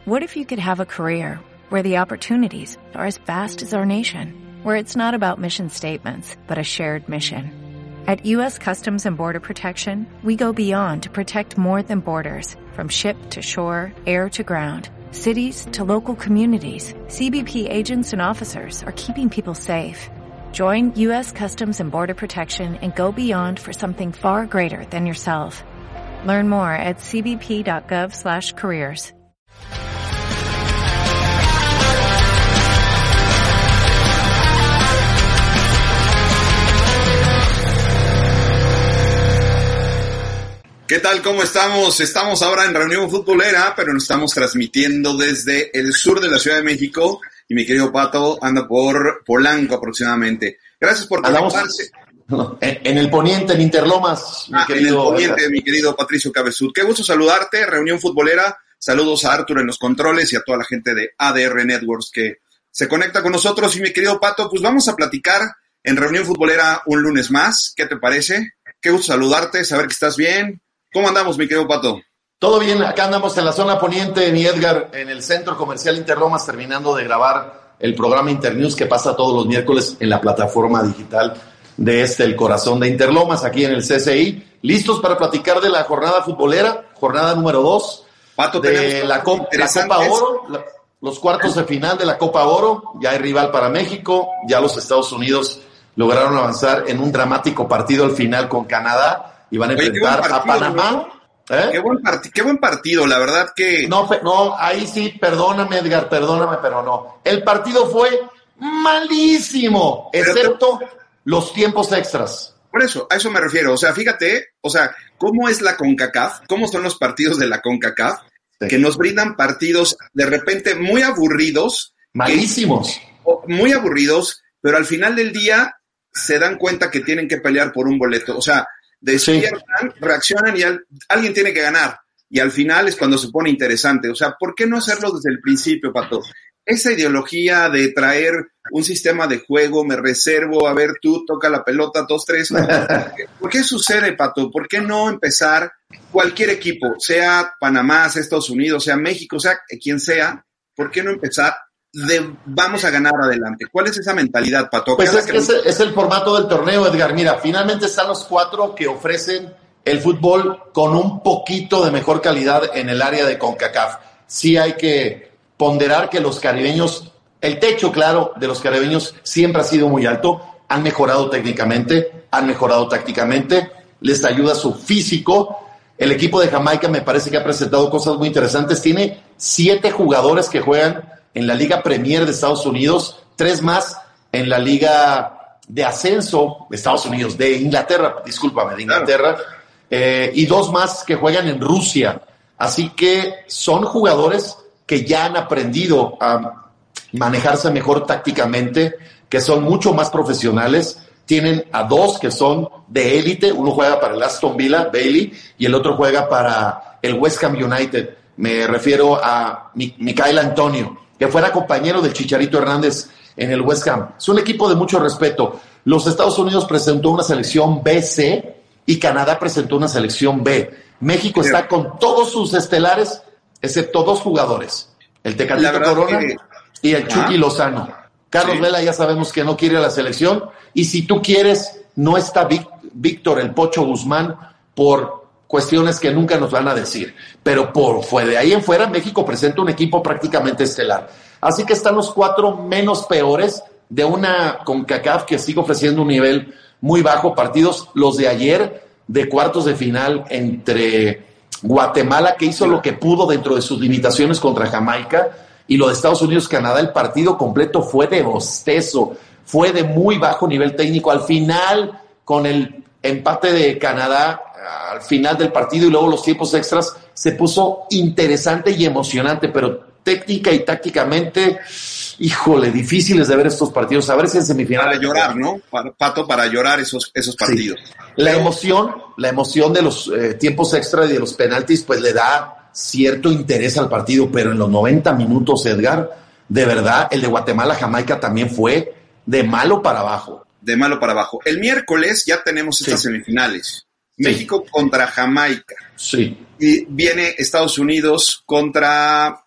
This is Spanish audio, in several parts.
What if you could have a career where the opportunities are as vast as our nation, where it's not about mission statements, but a shared mission? At U.S. Customs and Border Protection, we go beyond to protect more than borders. From ship to shore, air to ground, cities to local communities, CBP agents and officers are keeping people safe. Join U.S. Customs and Border Protection and go beyond for something far greater than yourself. Learn more at cbp.gov/careers. ¿Qué tal? ¿Cómo estamos? Estamos ahora en reunión futbolera, pero nos estamos transmitiendo desde el sur de la Ciudad de México y mi querido Pato anda por Polanco aproximadamente. Gracias por conectarse. En el poniente, en Interlomas. En el poniente, mi querido Patricio Cabezud. Qué gusto saludarte, reunión futbolera. Saludos a Arturo en los controles y a toda la gente de ADR Networks que se conecta con nosotros. Y mi querido Pato, pues vamos a platicar en reunión futbolera un lunes más. ¿Qué te parece? Qué gusto saludarte, saber que estás bien. ¿Cómo andamos, mi querido Pato? Todo bien, acá andamos en la zona poniente, mi Edgar, en el Centro Comercial Interlomas, terminando de grabar el programa Internews que pasa todos los miércoles en la plataforma digital de El Corazón de Interlomas, aquí en el CCI. Listos para platicar de la jornada futbolera, jornada número 2, Pato, de la Copa Oro, los cuartos de final de la Copa Oro. Ya hay rival para México, ya los Estados Unidos lograron avanzar en un dramático partido al final con Canadá. Y van a enfrentar a Panamá. ¿Eh? Qué buen partido, la verdad que... No, ahí sí, perdóname, Edgar, pero no. El partido fue malísimo, excepto los tiempos extras. Por eso, a eso me refiero. O sea, fíjate, ¿cómo es la CONCACAF? ¿Cómo son los partidos de la CONCACAF? Sí. Que nos brindan partidos de repente muy aburridos. Malísimos. Muy aburridos, pero al final del día se dan cuenta que tienen que pelear por un boleto. O sea, despiertan, reaccionan y alguien tiene que ganar. Y al final es cuando se pone interesante. O sea, ¿por qué no hacerlo desde el principio, Pato? Esa ideología de traer un sistema de juego, me reservo, a ver, tú toca la pelota, 2-3. ¿Por qué sucede, Pato? ¿Por qué no empezar cualquier equipo, sea Panamá, sea Estados Unidos, sea México, sea quien sea? ¿Por qué no empezar vamos a ganar adelante? ¿Cuál es esa mentalidad, Pato? Pues es el formato del torneo, Edgar. Mira, finalmente están los 4 que ofrecen el fútbol con un poquito de mejor calidad en el área de CONCACAF. Sí hay que ponderar que los caribeños, el techo, claro, de los caribeños siempre ha sido muy alto. Han mejorado técnicamente, han mejorado tácticamente, les ayuda su físico. El equipo de Jamaica me parece que ha presentado cosas muy interesantes. Tiene 7 jugadores que juegan en la Liga Premier de Estados Unidos, 3 más en la Liga de Ascenso de Estados Unidos, de Inglaterra, y 2 más que juegan en Rusia. Así que son jugadores que ya han aprendido a manejarse mejor tácticamente, que son mucho más profesionales. Tienen a 2 que son de élite, uno juega para el Aston Villa, Bailey, y el otro juega para el West Ham United. Me refiero a Michael Antonio, que fuera compañero del Chicharito Hernández en el West Ham. Es un equipo de mucho respeto. Los Estados Unidos presentó una selección BC y Canadá presentó una selección B. México está con todos sus estelares, excepto 2 jugadores, el Tecatito Corona y el Chucky Lozano. Carlos Vela ya sabemos que no quiere a la selección, y si tú quieres, no está Víctor el Pocho Guzmán por cuestiones que nunca nos van a decir, pero fue de ahí en fuera México presenta un equipo prácticamente estelar. Así que están los 4 menos peores de una CONCACAF que sigue ofreciendo un nivel muy bajo. Partidos, los de ayer, de cuartos de final entre Guatemala, que hizo lo que pudo dentro de sus limitaciones contra Jamaica, y lo de Estados Unidos-Canadá. El partido completo fue de bostezo, fue de muy bajo nivel técnico. Al final, con el empate de Canadá, al final del partido y luego los tiempos extras, se puso interesante y emocionante, pero técnica y tácticamente, híjole, difíciles de ver estos partidos. A ver si en semifinales... Para llorar, ¿no? Pato, para llorar esos partidos. Sí. La emoción de los tiempos extras y de los penaltis, pues le da cierto interés al partido, pero en los 90 minutos, Edgar, de verdad, el de Guatemala-Jamaica también fue de malo para abajo. El miércoles ya tenemos estas semifinales. México contra Jamaica. Sí. Y viene Estados Unidos contra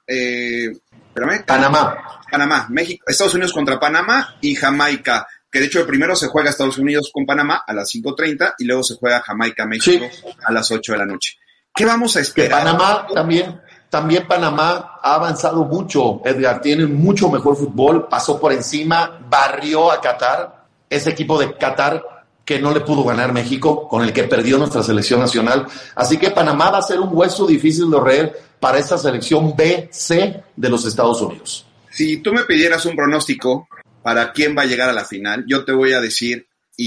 Panamá, México, Estados Unidos contra Panamá y Jamaica, que de hecho primero se juega Estados Unidos con Panamá a las 5:30 y luego se juega Jamaica-México a las 8 de la noche. ¿Qué vamos a esperar? Que Panamá también Panamá ha avanzado mucho, Edgar, tiene mucho mejor fútbol, pasó por encima, barrió a Qatar, ese equipo de Qatar que no le pudo ganar México, con el que perdió nuestra selección nacional. Así que Panamá va a ser un hueso difícil de roer para esta selección B-C de los Estados Unidos. Si tú me pidieras un pronóstico para quién va a llegar a la final, yo te voy a decir,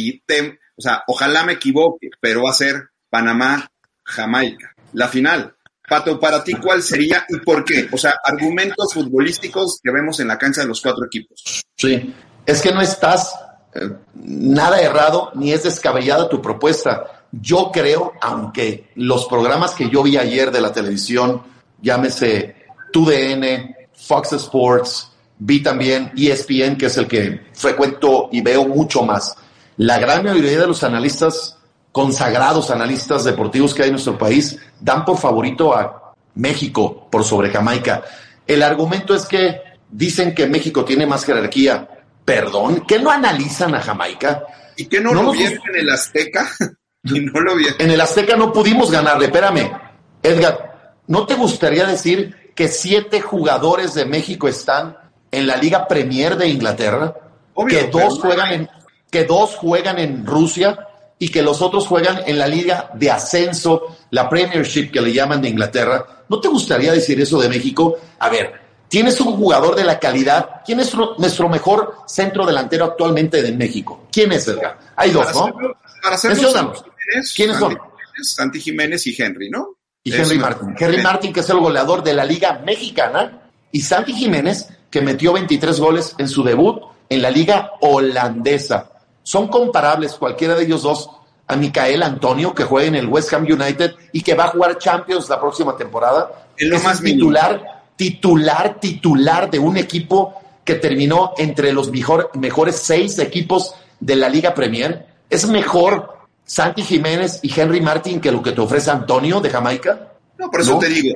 ojalá me equivoque, pero va a ser Panamá-Jamaica. La final. Pato, para ti, ¿cuál sería y por qué? O sea, argumentos futbolísticos que vemos en la cancha de los 4 equipos. Sí, es que no estás nada errado ni es descabellada tu propuesta. Yo creo, aunque los programas que yo vi ayer de la televisión, llámese TUDN, Fox Sports, vi también ESPN, que es el que frecuento y veo mucho más. La gran mayoría de los analistas, consagrados analistas deportivos que hay en nuestro país, dan por favorito a México por sobre Jamaica. El argumento es que dicen que México tiene más jerarquía. Perdón, ¿que no analizan a Jamaica? ¿Y que no lo vieron en el Azteca? Y no lo vieron. En el Azteca no pudimos ganarle. Espérame, Edgar, ¿no te gustaría decir que 7 jugadores de México están en la Liga Premier de Inglaterra? Obvio, que dos juegan en Rusia y que los otros juegan en la Liga de Ascenso, la Premiership que le llaman de Inglaterra. ¿No te gustaría decir eso de México? A ver, tienes un jugador de la calidad. ¿Quién es nuestro mejor centro delantero actualmente de México? ¿Quién es, Edgar? Hay 2, ¿no? Menciónanos. ¿Quiénes son? Santi Jiménez y Henry, ¿no? Y Henry Martin. Henry Martin, que es el goleador de la Liga Mexicana, y Santi Jiménez, que metió 23 goles en su debut en la Liga Holandesa. Son comparables cualquiera de ellos dos a Michael Antonio, que juega en el West Ham United y que va a jugar Champions la próxima temporada. Es más titular de un equipo que terminó entre los mejores 6 equipos de la Liga Premier. ¿Es mejor Santi Jiménez y Henry Martin que lo que te ofrece Antonio de Jamaica? No, por eso te digo,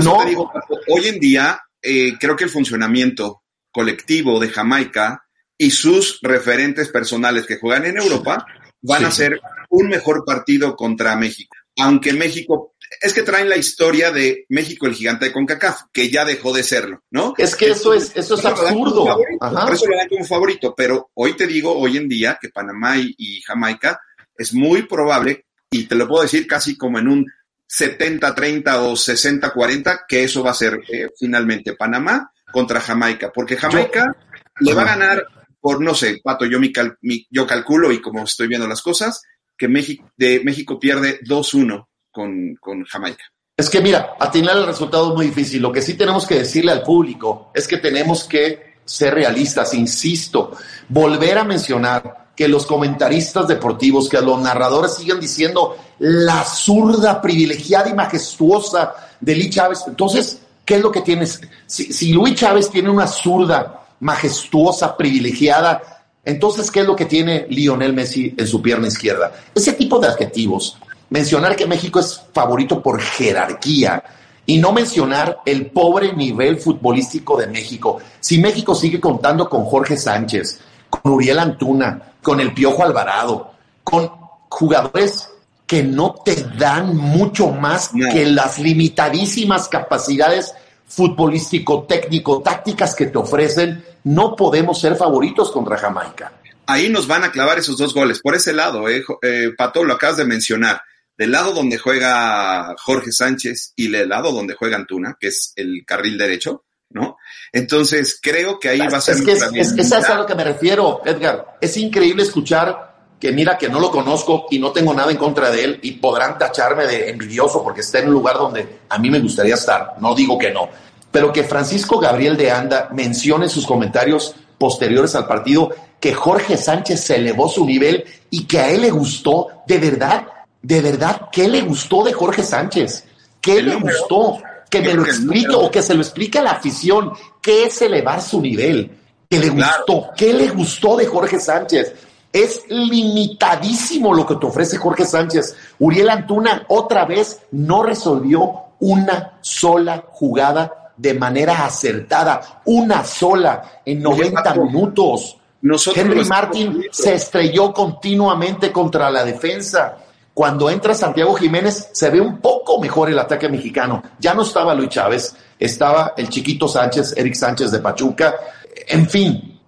hoy en día creo que el funcionamiento colectivo de Jamaica y sus referentes personales que juegan en Europa van a ser un mejor partido contra México. Aunque México, es que traen la historia de México el gigante de CONCACAF, que ya dejó de serlo, ¿no? Es que eso es absurdo. Por eso le dan como favorito, pero hoy te digo, hoy en día, que Panamá y Jamaica es muy probable, y te lo puedo decir casi como en un 70-30 o 60-40, que eso va a ser finalmente Panamá contra Jamaica, porque Jamaica le va a ganar por, no sé, Pato, yo calculo, y como estoy viendo las cosas, que México pierde 2-1 con Jamaica. Es que mira, atinar el resultado es muy difícil. Lo que sí tenemos que decirle al público es que tenemos que ser realistas, insisto, volver a mencionar que los comentaristas deportivos, que los narradores sigan diciendo la zurda privilegiada y majestuosa de Luis Chávez. Entonces, ¿qué es lo que tienes? Si Luis Chávez tiene una zurda majestuosa, privilegiada, entonces, ¿qué es lo que tiene Lionel Messi en su pierna izquierda? Ese tipo de adjetivos. Mencionar que México es favorito por jerarquía y no mencionar el pobre nivel futbolístico de México. Si México sigue contando con Jorge Sánchez, con Uriel Antuna, con el Piojo Alvarado, con jugadores que no te dan mucho más que las limitadísimas capacidades futbolístico, técnico, tácticas que te ofrecen, no podemos ser favoritos contra Jamaica. Ahí nos van a clavar esos 2 goles. Por ese lado, Pato, lo acabas de mencionar. Del lado donde juega Jorge Sánchez y del lado donde juega Antuna, que es el carril derecho, ¿no? Entonces, creo que ahí va a ser... Es a lo que me refiero, Edgar. Es increíble escuchar que mira que no lo conozco y no tengo nada en contra de él y podrán tacharme de envidioso porque está en un lugar donde a mí me gustaría estar, no digo que no, pero que Francisco Gabriel de Anda mencione en sus comentarios posteriores al partido que Jorge Sánchez se elevó su nivel y que a él le gustó, de verdad, ¿qué le gustó de Jorge Sánchez? ¿Qué le gustó? Que me lo explique o que se lo explique a la afición. ¿Qué es elevar su nivel? ¿Qué le gustó? ¿Qué le gustó de Jorge Sánchez? Es limitadísimo lo que te ofrece Jorge Sánchez. Uriel Antuna otra vez no resolvió una sola jugada de manera acertada, una sola en 90 minutos. Henry Martin se estrelló continuamente contra la defensa. Cuando entra Santiago Jiménez se ve un poco mejor el ataque mexicano. Ya no estaba Luis Chávez, estaba el chiquito Sánchez, Eric Sánchez de Pachuca. En fin,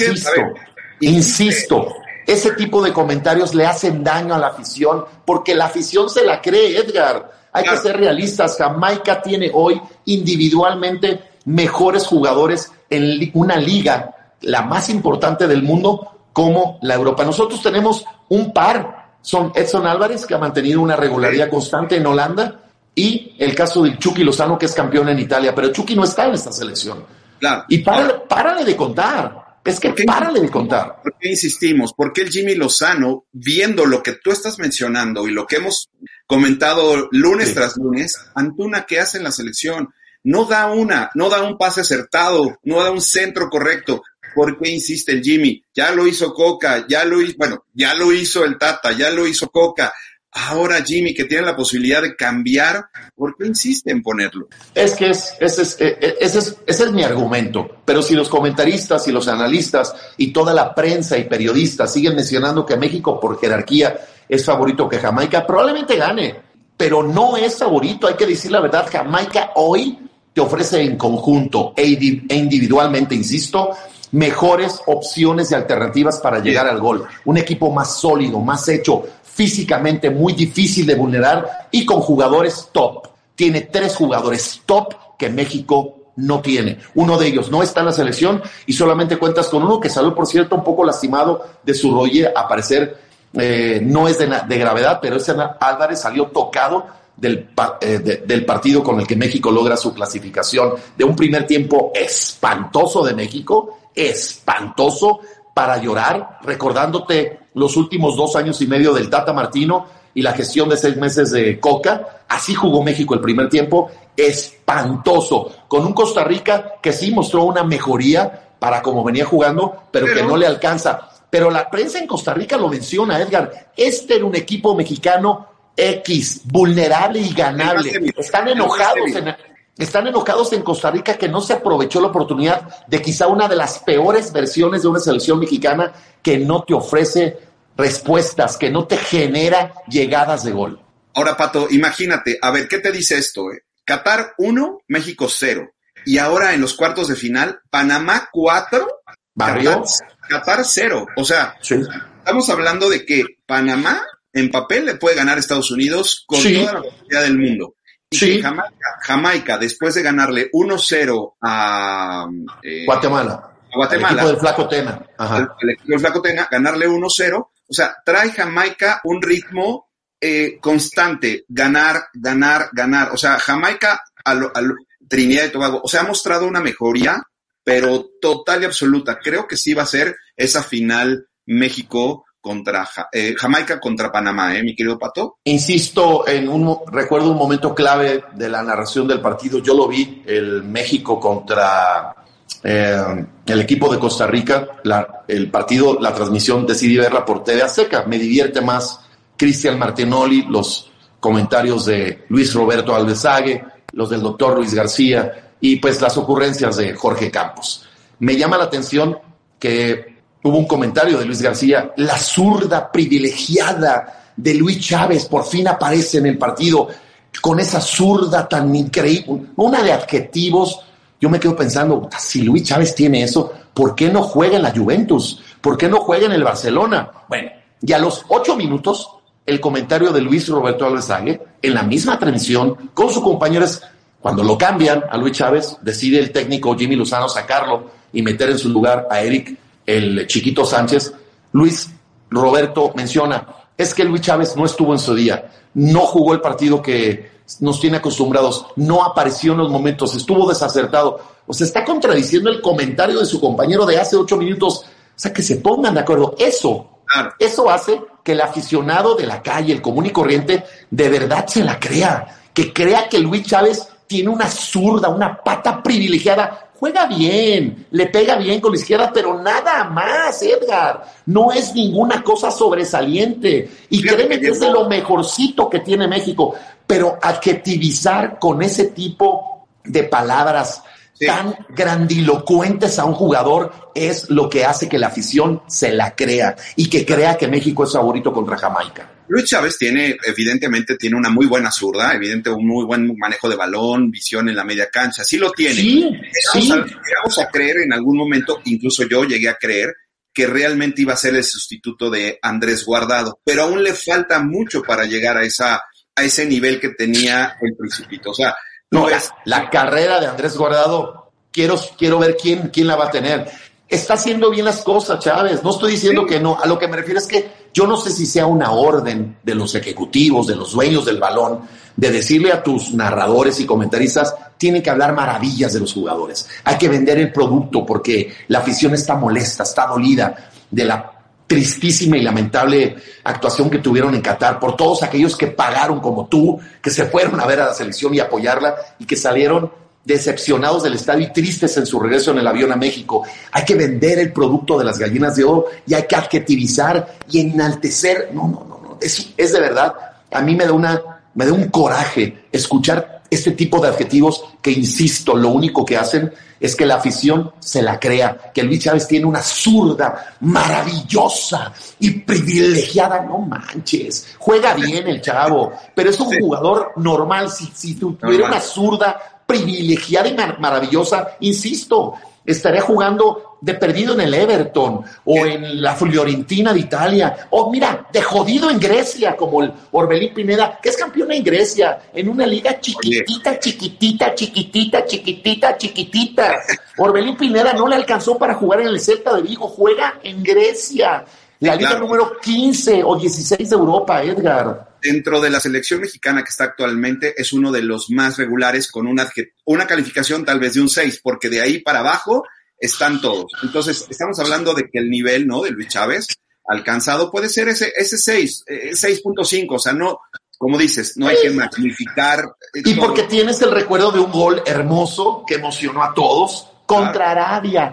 insisto, ese tipo de comentarios le hacen daño a la afición porque la afición se la cree, Edgar. Hay que ser realistas. Jamaica tiene hoy individualmente mejores jugadores en una liga, la más importante del mundo, como la Europa. Nosotros tenemos un par. Son Edson Álvarez, que ha mantenido una regularidad constante en Holanda, y el caso del Chucky Lozano, que es campeón en Italia. Pero Chucky no está en esta selección. Claro. Y párale de contar. Es que párale de contar. ¿Por qué insistimos? Porque el Jimmy Lozano, viendo lo que tú estás mencionando y lo que hemos comentado lunes tras lunes, Antuna, ¿qué hace en la selección? No da un pase acertado, no da un centro correcto. ¿Por qué insiste el Jimmy? Ya lo hizo Coca, ya lo hizo el Tata, ya lo hizo Coca. Ahora Jimmy, que tiene la posibilidad de cambiar, ¿por qué insiste en ponerlo? Es que ese es mi argumento. Pero si los comentaristas y los analistas y toda la prensa y periodistas siguen mencionando que México por jerarquía es favorito que Jamaica, probablemente gane, pero no es favorito. Hay que decir la verdad, Jamaica hoy te ofrece en conjunto e individualmente, insisto, mejores opciones y alternativas para llegar al gol. Un equipo más sólido, más hecho, físicamente muy difícil de vulnerar y con jugadores top. Tiene 3 jugadores top que México no tiene. Uno de ellos no está en la selección y solamente cuentas con uno que salió, por cierto, un poco lastimado de su rodilla. A parecer no es de gravedad, pero ese Álvarez salió tocado del partido con el que México logra su clasificación, de un primer tiempo espantoso de México, espantoso para llorar, recordándote los últimos 2 años y medio del Tata Martino y la gestión de 6 meses de Coca. Así jugó México el primer tiempo, espantoso, con un Costa Rica que sí mostró una mejoría para como venía jugando, pero que no le alcanza. Pero la prensa en Costa Rica lo menciona, Edgar. Este era un equipo mexicano X, vulnerable y ganable. Están enojados en Costa Rica que no se aprovechó la oportunidad de quizá una de las peores versiones de una selección mexicana que no te ofrece respuestas, que no te genera llegadas de gol. Ahora, Pato, imagínate, a ver, ¿qué te dice esto? Qatar 1, México 0. Y ahora en los cuartos de final, Panamá 4, Qatar 0. O sea, estamos hablando de que Panamá en papel le puede ganar a Estados Unidos con toda la posibilidad del mundo. Y que Jamaica, después de ganarle 1-0 a Guatemala. El equipo del Flaco Tena. El equipo del Flaco Tena, ganarle 1-0. O sea, trae Jamaica un ritmo constante. Ganar. O sea, Jamaica Trinidad y Tobago. O sea, ha mostrado una mejoría, pero total y absoluta. Creo que sí va a ser esa final México contra Jamaica contra Panamá, mi querido Pato. Insisto, recuerdo un momento clave de la narración del partido. Yo lo vi, el México contra el equipo de Costa Rica. El partido, la transmisión decidí verla por TV Azteca. Me divierte más Cristian Martinoli, los comentarios de Luis Roberto Alvesague, los del doctor Luis García y pues las ocurrencias de Jorge Campos. Me llama la atención que hubo un comentario de Luis García: la zurda privilegiada de Luis Chávez por fin aparece en el partido con esa zurda tan increíble, una de adjetivos. Yo me quedo pensando, si Luis Chávez tiene eso, ¿por qué no juega en la Juventus? ¿Por qué no juega en el Barcelona? Bueno, y a los 8 minutos, el comentario de Luis Roberto Alvesague, en la misma transmisión, con sus compañeros, cuando lo cambian a Luis Chávez, decide el técnico Jimmy Lozano sacarlo y meter en su lugar a Eric, el chiquito Sánchez. Luis Roberto menciona, es que Luis Chávez no estuvo en su día, no jugó el partido que nos tiene acostumbrados, no apareció en los momentos, estuvo desacertado. O sea, está contradiciendo el comentario de su compañero de hace 8 minutos. O sea, que se pongan de acuerdo. Eso hace que el aficionado de la calle, el común y corriente, de verdad se la crea, que crea que Luis Chávez tiene una zurda, una pata privilegiada. Juega bien, le pega bien con la izquierda, pero nada más, Edgar. No es ninguna cosa sobresaliente. Y créeme que es de lo mejorcito que tiene México. Pero adjetivizar con ese tipo de palabras tan grandilocuentes a un jugador es lo que hace que la afición se la crea y que crea que México es favorito contra Jamaica. Luis Chávez evidentemente tiene una muy buena zurda, un muy buen manejo de balón, visión en la media cancha, sí lo tiene. Llegamos a creer en algún momento, incluso yo llegué a creer, que realmente iba a ser el sustituto de Andrés Guardado, pero aún le falta mucho para llegar a ese nivel que tenía el Principito. O sea, la carrera de Andrés Guardado, quiero ver quién la va a tener. Está haciendo bien las cosas, Chávez. No estoy diciendo que no. A lo que me refiero es que yo no sé si sea una orden de los ejecutivos, de los dueños del balón, de decirle a tus narradores y comentaristas, tienen que hablar maravillas de los jugadores. Hay que vender el producto porque la afición está molesta, está dolida de la tristísima y lamentable actuación que tuvieron en Qatar, por todos aquellos que pagaron como tú, que se fueron a ver a la selección y apoyarla y que salieron decepcionados del estadio y tristes en su regreso en el avión a México. Hay que vender el producto de las gallinas de oro y hay que adjetivizar y enaltecer. No. Es de verdad, a mí me da un coraje escuchar este tipo de adjetivos que, insisto, lo único que hacen es que la afición se la crea, que Luis Chávez tiene una zurda maravillosa y privilegiada. No manches, juega bien el chavo, pero es un jugador normal. Si tuviera una zurda privilegiada y maravillosa, insisto, estaría jugando de perdido en el Everton o en la Fiorentina de Italia, o mira, de jodido en Grecia, como el Orbelín Pineda, que es campeón en Grecia, en una liga chiquitita. Orbelín Pineda no le alcanzó para jugar en el Celta de Vigo, juega en Grecia, la liga número 15 o 16 de Europa, Edgar. Dentro de la selección mexicana que está actualmente, es uno de los más regulares, con una calificación tal vez de un 6, porque de ahí para abajo están todos. Entonces, estamos hablando de que el nivel, ¿no?, de Luis Chávez alcanzado puede ser ese 6, 6.5, o sea, no, como dices, no hay que magnificar. Y todo. Porque tienes el recuerdo de un gol hermoso que emocionó a todos contra Arabia.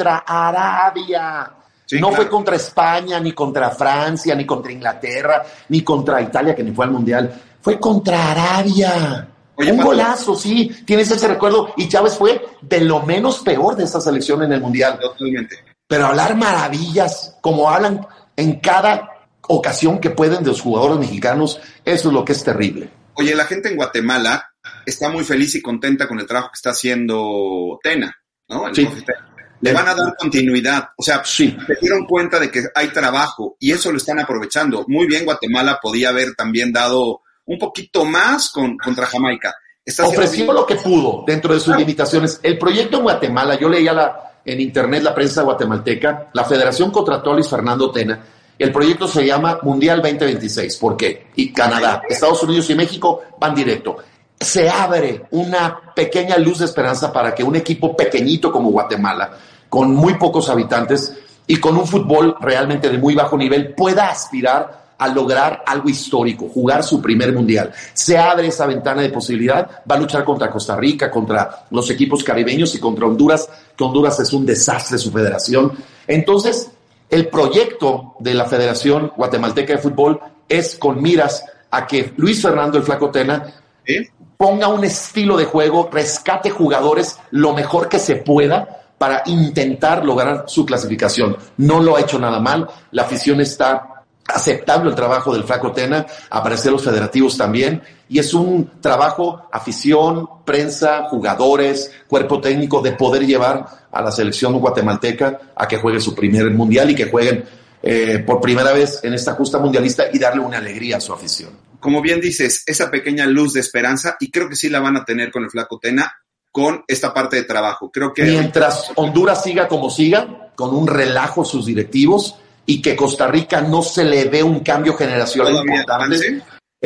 Sí, no fue contra España, ni contra Francia, ni contra Inglaterra, ni contra Italia, que ni fue al Mundial. Fue contra Arabia. Un golazo, sí. Tienes ese recuerdo. Y Chávez fue de lo menos peor de esa selección en el Mundial. Totalmente. Pero hablar maravillas, como hablan en cada ocasión que pueden de los jugadores mexicanos, eso es lo que es terrible. Oye, la gente en Guatemala está muy feliz y contenta con el trabajo que está haciendo Tena, ¿no? El profe Tena. Le van a dar continuidad, o sea, se dieron cuenta de que hay trabajo y eso lo están aprovechando. Muy bien, Guatemala podía haber también dado un poquito más contra Jamaica. Ofreció lo que pudo dentro de sus limitaciones. El proyecto en Guatemala, yo leía en internet la prensa guatemalteca, la federación contrató a Luis Fernando Tena. El proyecto se llama Mundial 2026. ¿Por qué? Y Canadá, Estados Unidos y México van directo. Se abre una pequeña luz de esperanza para que un equipo pequeñito como Guatemala, con muy pocos habitantes y con un fútbol realmente de muy bajo nivel, pueda aspirar a lograr algo histórico, jugar su primer mundial. Se abre esa ventana de posibilidad, va a luchar contra Costa Rica, contra los equipos caribeños y contra Honduras, que Honduras es un desastre su federación. Entonces, el proyecto de la Federación Guatemalteca de Fútbol es con miras a que Luis Fernando el Flaco Tena ponga un estilo de juego, rescate jugadores lo mejor que se pueda para intentar lograr su clasificación. No lo ha hecho nada mal, la afición está aceptando el trabajo del Flaco Tena, aparecer los federativos también, y es un trabajo, afición, prensa, jugadores, cuerpo técnico, de poder llevar a la selección guatemalteca a que juegue su primer mundial y que jueguen por primera vez en esta justa mundialista y darle una alegría a su afición. Como bien dices, esa pequeña luz de esperanza, y creo que sí la van a tener con el Flaco Tena, con esta parte de trabajo. Creo que mientras Honduras siga como siga, con un relajo sus directivos, y que Costa Rica no se le ve un cambio generacional importante,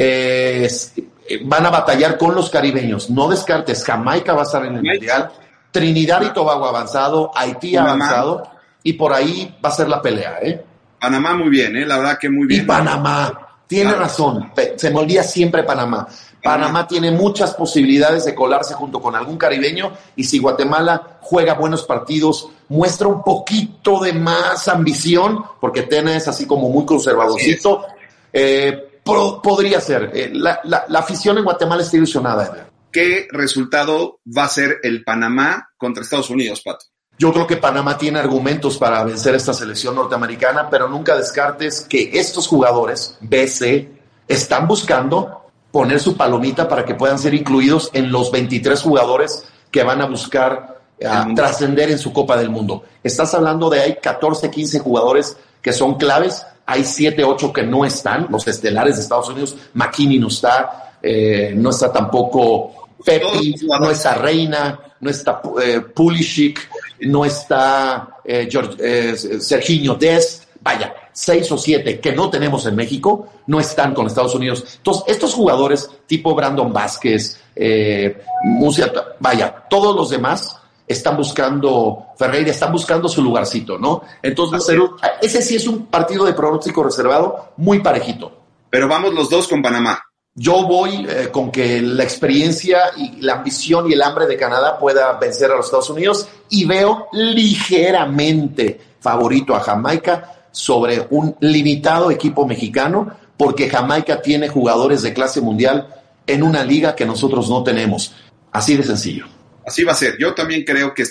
van a batallar con los caribeños. No descartes, Jamaica va a estar en el Mundial, Trinidad y Tobago avanzado, Haití avanzado, y por ahí va a ser la pelea, Panamá muy bien, la verdad que muy bien. Y Panamá, Tiene razón, se me olvida siempre Panamá. Panamá tiene muchas posibilidades de colarse junto con algún caribeño, y si Guatemala juega buenos partidos, muestra un poquito de más ambición, porque Tena es así como muy conservadorcito, podría ser. La afición en Guatemala está ilusionada, Edgar. ¿Qué resultado va a ser el Panamá contra Estados Unidos, Pato? Yo creo que Panamá tiene argumentos para vencer esta selección norteamericana, pero nunca descartes que estos jugadores, BC, están buscando poner su palomita para que puedan ser incluidos en los 23 jugadores que van a buscar trascender en su Copa del Mundo. Estás hablando de hay 14, 15 jugadores que son claves, hay 7, 8 que no están, los estelares de Estados Unidos. McKinney no está tampoco Pepi, no está Reina, no está Pulisic, no está Serginho Dest. Vaya, 6 o 7 que no tenemos en México no están con Estados Unidos. Entonces, estos jugadores tipo Brandon Vázquez, Musiala, vaya, todos los demás están buscando, Ferreira, están buscando su lugarcito, ¿no? Entonces, ese sí es un partido de pronóstico reservado muy parejito. Pero vamos los dos con Panamá. Yo voy con que la experiencia y la ambición y el hambre de Canadá pueda vencer a los Estados Unidos, y veo ligeramente favorito a Jamaica sobre un limitado equipo mexicano, porque Jamaica tiene jugadores de clase mundial en una liga que nosotros no tenemos. Así de sencillo. Así va a ser. Yo también creo que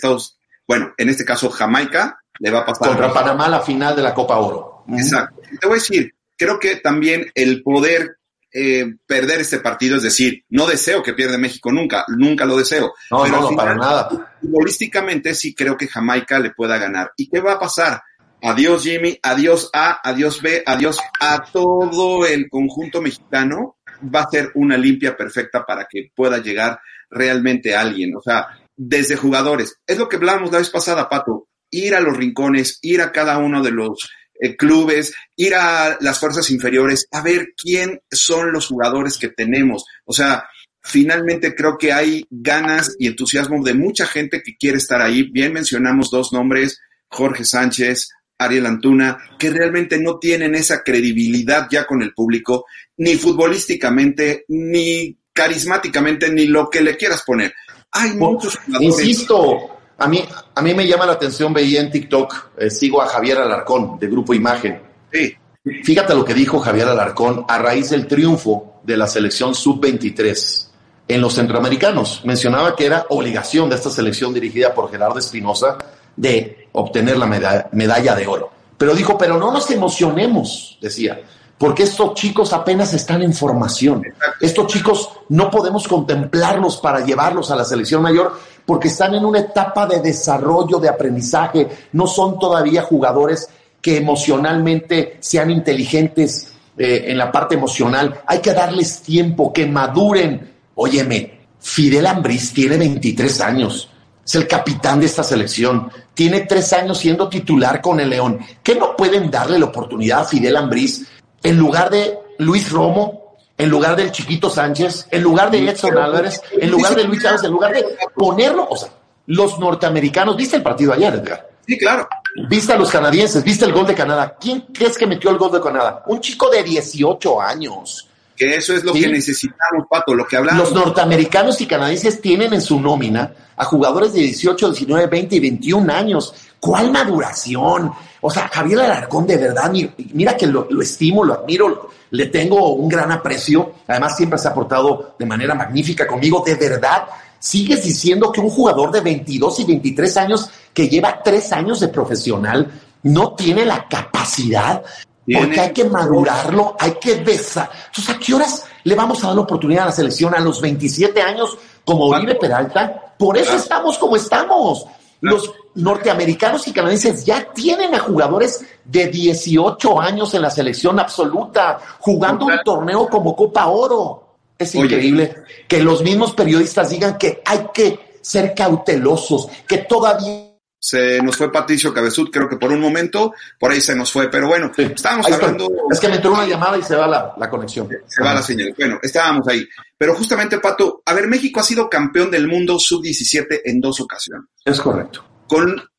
en este caso Jamaica le va a pasar contra Panamá la final de la Copa Oro. Exacto. Te voy a decir, creo que también el poder perder este partido, es decir, no deseo que pierda México nunca lo deseo. Pero no, para nada. Futbolísticamente sí creo que Jamaica le pueda ganar. ¿Y qué va a pasar? Adiós Jimmy, adiós A, adiós B, adiós a todo el conjunto mexicano. Va a ser una limpia perfecta para que pueda llegar realmente alguien. O sea, desde jugadores. Es lo que hablábamos la vez pasada, Pato. Ir a los rincones, ir a cada uno de los clubes, ir a las fuerzas inferiores, a ver quién son los jugadores que tenemos. O sea, finalmente creo que hay ganas y entusiasmo de mucha gente que quiere estar ahí. Bien mencionamos 2 nombres, Jorge Sánchez, Ariel Antuna, que realmente no tienen esa credibilidad ya con el público, ni futbolísticamente, ni carismáticamente, ni lo que le quieras poner. Hay muchos jugadores. Insisto, a mí me llama la atención, veía en TikTok, sigo a Javier Alarcón, de Grupo Imagen. Sí. Fíjate lo que dijo Javier Alarcón a raíz del triunfo de la selección sub-23 en los centroamericanos. Mencionaba que era obligación de esta selección dirigida por Gerardo Espinosa de obtener la medalla de oro. Pero dijo, pero no nos emocionemos, decía, porque estos chicos apenas están en formación. Estos chicos no podemos contemplarlos para llevarlos a la selección mayor porque están en una etapa de desarrollo, de aprendizaje. No son todavía jugadores que emocionalmente sean inteligentes en la parte emocional. Hay que darles tiempo, que maduren. Óyeme, Fidel Ambriz tiene 23 años. Es el capitán de esta selección. Tiene 3 años siendo titular con el León. ¿Qué no pueden darle la oportunidad a Fidel Ambriz en lugar de Luis Romo, en lugar del Chiquito Sánchez, en lugar de Edson Álvarez, en lugar de Luis Chávez, en lugar de ponerlo? O sea, los norteamericanos, ¿viste el partido ayer, Edgar? Sí, claro. ¿Viste a los canadienses? ¿Viste el gol de Canadá? ¿Quién crees que metió el gol de Canadá? Un chico de 18 años. Que eso es lo que necesitamos, Pato, lo que hablamos. Los norteamericanos y canadienses tienen en su nómina a jugadores de 18, 19, 20 y 21 años. ¿Cuál maduración? O sea, Javier Alarcón, de verdad, mira que lo estimo, lo admiro, le tengo un gran aprecio. Además, siempre se ha portado de manera magnífica conmigo. De verdad, sigues diciendo que un jugador de 22 y 23 años que lleva 3 años de profesional no tiene la capacidad. Porque hay que madurarlo, hay que besar. Entonces, ¿a qué horas le vamos a dar la oportunidad a la selección? A los 27 años, como Oribe Peralta. Por eso estamos como estamos. Los norteamericanos y canadienses ya tienen a jugadores de 18 años en la selección absoluta, jugando un torneo como Copa Oro. Es increíble que los mismos periodistas digan que hay que ser cautelosos, que todavía... Se nos fue Patricio Cabezud, creo que por un momento, por ahí se nos fue, pero bueno, estábamos hablando... Es que me entró una llamada y se va la conexión. Se va la señal. Bueno, estábamos ahí. Pero justamente, Pato, a ver, México ha sido campeón del mundo sub-17 en 2 ocasiones. Es correcto. Con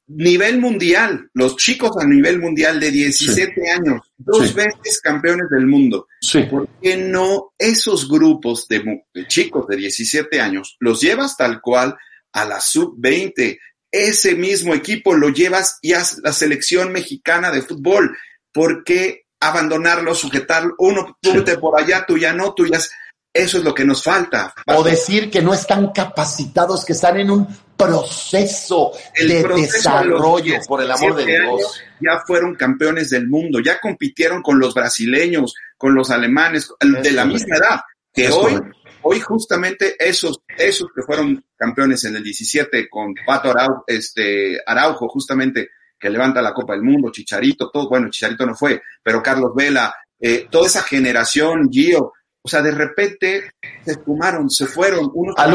nivel mundial, los chicos a nivel mundial de 17 años, 2 veces campeones del mundo. Sí. ¿Por qué no esos grupos de chicos de 17 años los llevas tal cual a la sub-20? Ese mismo equipo lo llevas y a la selección mexicana de fútbol. ¿Por qué abandonarlo, sujetarlo? Uno, tú vete por allá, tú ya no, tú ya... Eso es lo que nos falta. O decir que no están capacitados, que están en un proceso de desarrollo, por el amor de Dios. Ya fueron campeones del mundo, ya compitieron con los brasileños, con los alemanes, de la misma edad, que hoy justamente esos que fueron campeones en el 17 con Pato Araujo, justamente, que levanta la Copa del Mundo, Chicharito, todo, bueno, Chicharito no fue, pero Carlos Vela, toda esa generación, Gio, o sea, de repente se esfumaron, se fueron.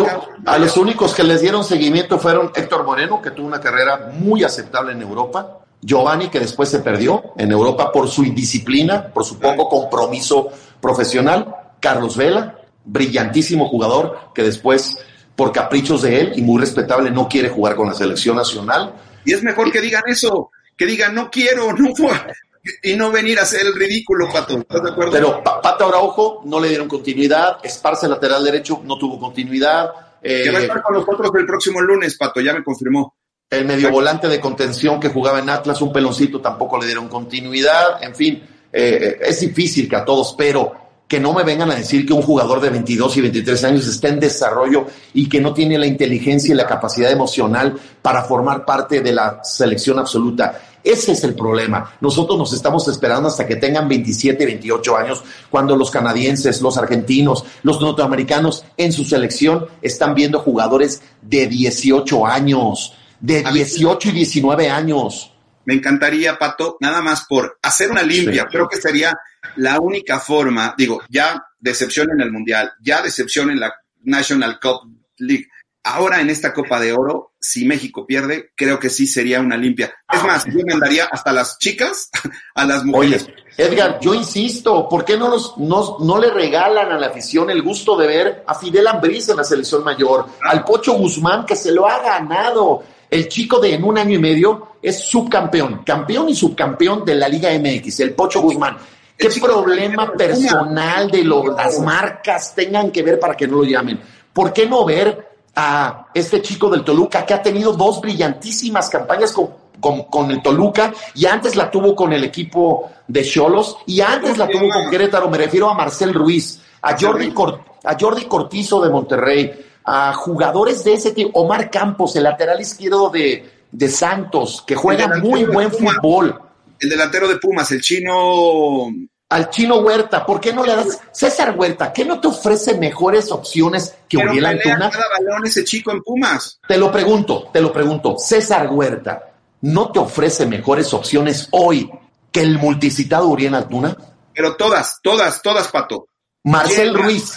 A los únicos que les dieron seguimiento fueron Héctor Moreno, que tuvo una carrera muy aceptable en Europa, Giovanni, que después se perdió en Europa por su indisciplina, por su poco compromiso profesional, Carlos Vela, brillantísimo jugador, que después, por caprichos de él, y muy respetable, no quiere jugar con la selección nacional. Y es mejor que digan eso, que digan no quiero, no fue... Y no venir a hacer el ridículo, Pato. ¿Estás de acuerdo? Pero Pato Araujo no le dieron continuidad. Esparza, lateral derecho, no tuvo continuidad. Que va a estar con nosotros el próximo lunes, Pato, ya me confirmó. El medio volante de contención que jugaba en Atlas, un peloncito, tampoco le dieron continuidad. En fin, es difícil que a todos, pero que no me vengan a decir que un jugador de 22 y 23 años está en desarrollo y que no tiene la inteligencia y la capacidad emocional para formar parte de la selección absoluta. Ese es el problema. Nosotros nos estamos esperando hasta que tengan 27, 28 años, cuando los canadienses, los argentinos, los norteamericanos en su selección están viendo jugadores de 18 años, de 18 y 19 años. Me encantaría, Pato, nada más por hacer una limpia. Creo que sería la única forma, digo, ya decepción en el Mundial, ya decepción en la National Cup League. Ahora en esta Copa de Oro, si México pierde, creo que sí sería una limpia. Es más, yo mandaría hasta las chicas a las mujeres. Oye, Edgar, yo insisto, ¿por qué no le regalan a la afición el gusto de ver a Fidel Ambriz en la selección mayor, al Pocho Guzmán, que se lo ha ganado? El chico de en un año y medio es subcampeón, campeón y subcampeón de la Liga MX, el Pocho Guzmán. ¿Qué problema personal de las marcas tengan que ver para que no lo llamen? ¿Por qué no ver a este chico del Toluca, que ha tenido 2 brillantísimas campañas con el Toluca, y antes la tuvo con el equipo de Xolos, y antes la tuvo con Querétaro? Me refiero a Marcel Ruiz, a Jordi Cortizo de Monterrey, a jugadores de ese tipo, Omar Campos, el lateral izquierdo de Santos, que juega muy buen fútbol. El delantero de Pumas, el chino... Al Chino Huerta, ¿por qué no le das? César Huerta, ¿qué no te ofrece mejores opciones que Uriel Antuna? Cada balón ese chico en Pumas. Te lo pregunto, César Huerta, ¿no te ofrece mejores opciones hoy que el multicitado Uriel Antuna? Pero todas, Pato. Marcel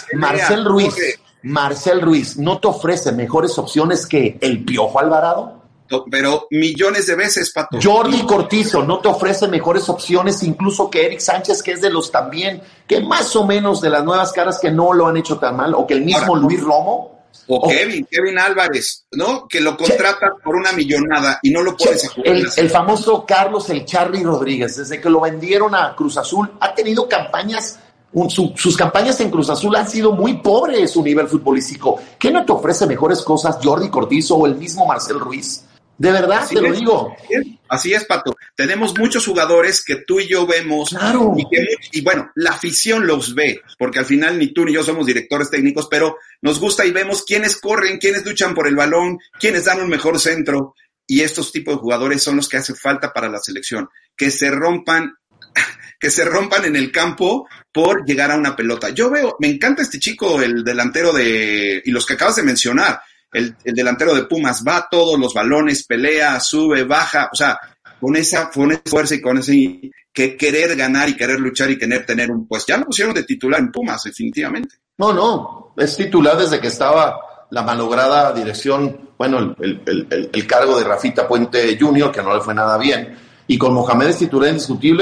Ruiz, ¿no te ofrece mejores opciones que el Piojo Alvarado? Pero millones de veces, Pato. Jordi Cortizo no te ofrece mejores opciones incluso que Eric Sánchez, que es de los también, que más o menos de las nuevas caras que no lo han hecho tan mal, o que el mismo Luis Romo. O Kevin Álvarez, ¿no? Que lo contrata por una millonada y no lo pones a jugar. El famoso Carlos El Charly Rodríguez, desde que lo vendieron a Cruz Azul, ha tenido campañas... Sus campañas en Cruz Azul han sido muy pobres, su nivel futbolístico. ¿Qué no te ofrece mejores cosas Jordi Cortizo o el mismo Marcel Ruiz? De verdad, así te lo digo. Así es, Pato. Tenemos muchos jugadores que tú y yo vemos. Claro. Y bueno, la afición los ve, porque al final ni tú ni yo somos directores técnicos, pero nos gusta y vemos quiénes corren, quiénes luchan por el balón, quiénes dan un mejor centro. Y estos tipos de jugadores son los que hace falta para la selección. Que se rompan en el campo por llegar a una pelota. Yo veo, me encanta este chico, el delantero y los que acabas de mencionar, el delantero de Pumas, va a todos los balones, pelea, sube, baja, o sea, con esa fuerza y con ese que querer ganar y querer luchar y querer tener pues ya lo pusieron de titular en Pumas, definitivamente. No, es titular desde que estaba la malograda dirección, bueno, el cargo de Rafita Puente Jr., que no le fue nada bien, y con Mohamed es titular indiscutible.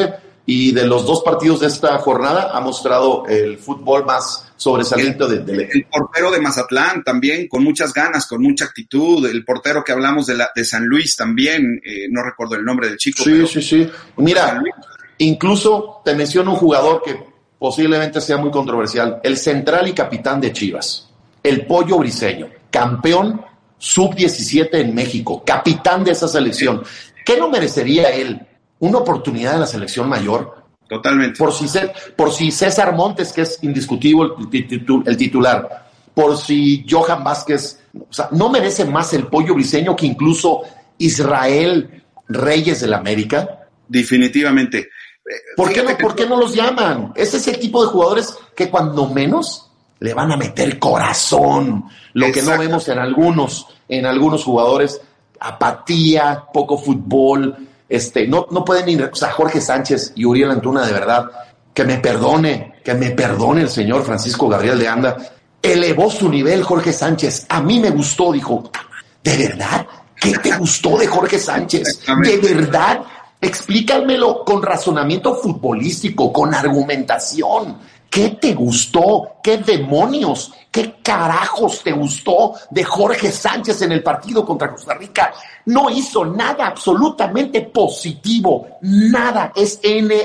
y de los 2 partidos de esta jornada ha mostrado el fútbol más sobresaliente el portero de Mazatlán también, con muchas ganas, con mucha actitud. El portero que hablamos de San Luis también, no recuerdo el nombre del chico. Sí. Mira, incluso te menciono un jugador que posiblemente sea muy controversial, el central y capitán de Chivas, el Pollo Briseño, campeón sub-17 en México, capitán de esa selección. ¿Qué no merecería él? ¿Una oportunidad en la selección mayor? Totalmente. Por si César Montes, que es indiscutible el titular, por si Johan Vázquez, o sea, ¿no merece más el Pollo Briseño que incluso Israel Reyes del América? Definitivamente. ¿Por qué no los llaman? Ese es el tipo de jugadores que cuando menos le van a meter corazón, lo que no vemos en algunos jugadores, apatía, poco fútbol, no pueden ir, o sea, Jorge Sánchez y Uriel Antuna, de verdad, que me perdone el señor Francisco Gabriel de Anda, elevó su nivel Jorge Sánchez, a mí me gustó, dijo, ¿de verdad? ¿Qué te gustó de Jorge Sánchez? ¿De verdad? Explícamelo con razonamiento futbolístico, con argumentación. ¿Qué te gustó? ¿Qué demonios? ¿Qué carajos te gustó de Jorge Sánchez en el partido contra Costa Rica? No hizo nada absolutamente positivo. Nada. Es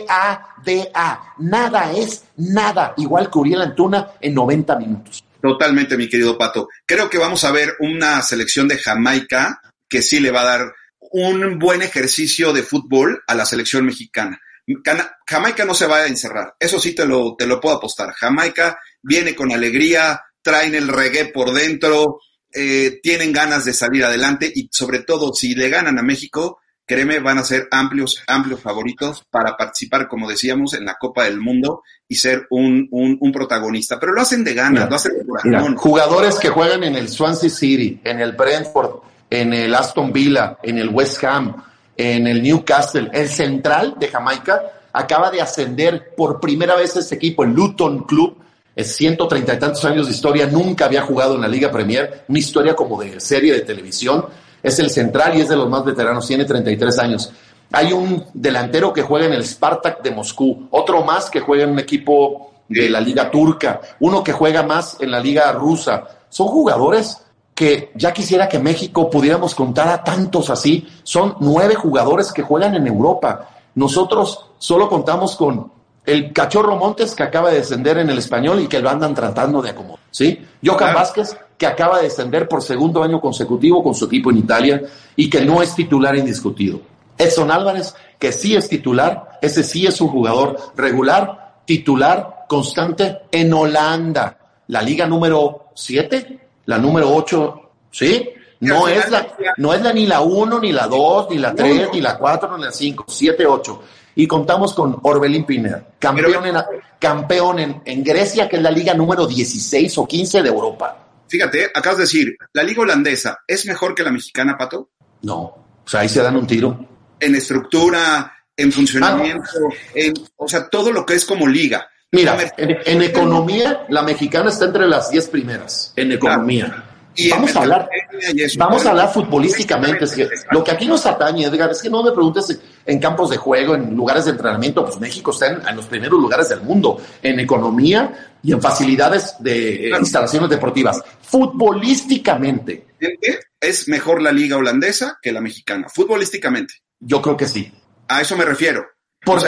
N-A-D-A. Nada es nada. Igual que Uriel Antuna en 90 minutos. Totalmente, mi querido Pato. Creo que vamos a ver una selección de Jamaica que sí le va a dar un buen ejercicio de fútbol a la selección mexicana. Jamaica no se va a encerrar, eso sí te lo puedo apostar. Jamaica viene con alegría, traen el reggae por dentro, tienen ganas de salir adelante y sobre todo si le ganan a México, créeme, van a ser amplios favoritos para participar, como decíamos, en la Copa del Mundo y ser un protagonista. Pero lo hacen de ganas, lo hacen de corazón. Jugadores que juegan en el Swansea City, en el Brentford, en el Aston Villa, en el West Ham, en el Newcastle, el central de Jamaica acaba de ascender por primera vez este equipo, el Luton Club, es 130 y tantos años de historia, nunca había jugado en la Liga Premier, una historia como de serie de televisión, es el central y es de los más veteranos, tiene 33 años. Hay un delantero que juega en el Spartak de Moscú, otro más que juega en un equipo de la Liga Turca, uno que juega más en la Liga Rusa. Son jugadores que ya quisiera que México pudiéramos contar a tantos así. Son 9 jugadores que juegan en Europa. Nosotros solo contamos con el Cachorro Montes, que acaba de descender en el Español y que lo andan tratando de acomodar, ¿sí? Johan Vázquez, que acaba de descender por segundo año consecutivo con su equipo en Italia y que no es titular indiscutido. Edson Álvarez, que sí es titular, ese sí es un jugador regular, titular, constante en Holanda, la liga número 7, la número 8, ¿sí? No es la ni la 1, ni la 2, ni la 3, ni la 4, ni la 5, 7, 8. Y contamos con Orbelín Pineda, campeón en Grecia, que es la liga número 16 o 15 de Europa. Fíjate, acabas de decir, ¿la liga holandesa es mejor que la mexicana, Pato? No, o sea, ahí se dan un tiro. En estructura, en funcionamiento, o sea, todo lo que es como liga. Mira, en economía, la mexicana está entre las 10 primeras, en economía. Claro. Vamos a hablar futbolísticamente. Es que lo que aquí nos atañe, Edgar, es que no me preguntes en campos de juego, en lugares de entrenamiento, pues México está en los primeros lugares del mundo, en economía y en facilidades de instalaciones deportivas. Futbolísticamente. ¿Es mejor la liga holandesa que la mexicana? Futbolísticamente. Yo creo que sí. A eso me refiero. Por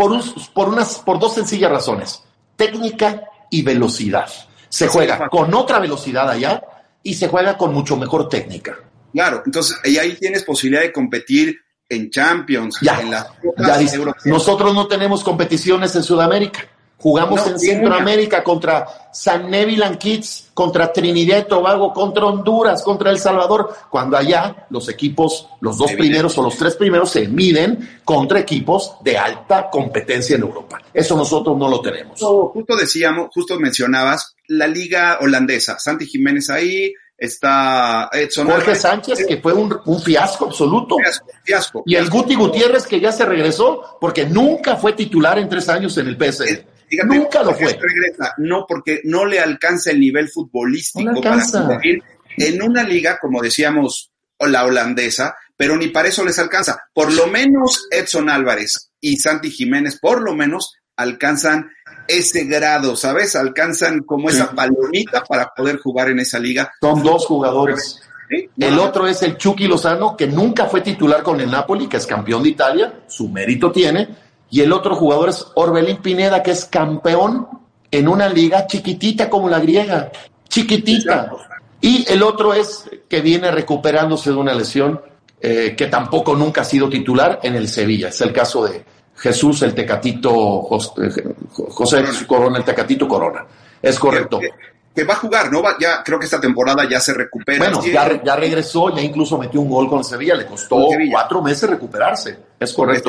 2 sencillas razones. Técnica y velocidad. Se juega con otra velocidad allá y se juega con mucho mejor técnica. Claro, entonces y ahí tienes posibilidad de competir en Champions, en las copas europeas. Nosotros no tenemos competiciones en Sudamérica. Jugamos en Centroamérica contra San Neville and Kitts, contra Trinidad y Tobago, contra Honduras, contra El Salvador, cuando allá los equipos, los 2 primeros o los 3 primeros se miden contra equipos de alta competencia en Europa. Eso nosotros no lo tenemos. Justo mencionabas la liga holandesa, Santi Jiménez ahí, está Edson Jorge Sánchez, que fue un fiasco absoluto. Fiasco. Y el Guti Gutiérrez, que ya se regresó, porque nunca fue titular en 3 años en el PSG. Fíjate, nunca lo fue. Regresa, no, porque no le alcanza el nivel futbolístico para competir en una liga, como decíamos, la holandesa, pero ni para eso les alcanza. Por lo menos Edson Álvarez y Santi Jiménez, por lo menos alcanzan ese grado, ¿sabes? Alcanzan como esa palomita para poder jugar en esa liga. Son dos jugadores. ¿Sí? El otro es el Chucky Lozano, que nunca fue titular con el Napoli, que es campeón de Italia, su mérito tiene. Y el otro jugador es Orbelín Pineda, que es campeón en una liga chiquitita como la griega. Chiquitita. Y el otro es que viene recuperándose de una lesión, que tampoco nunca ha sido titular en el Sevilla. Es el caso de Jesús, el Tecatito, José Corona, el Tecatito Corona. Es correcto. Que va a jugar, ¿no? Ya creo que esta temporada ya se recupera. Bueno, ya regresó, ya incluso metió un gol con el Sevilla. Le costó 4 meses recuperarse. Es correcto.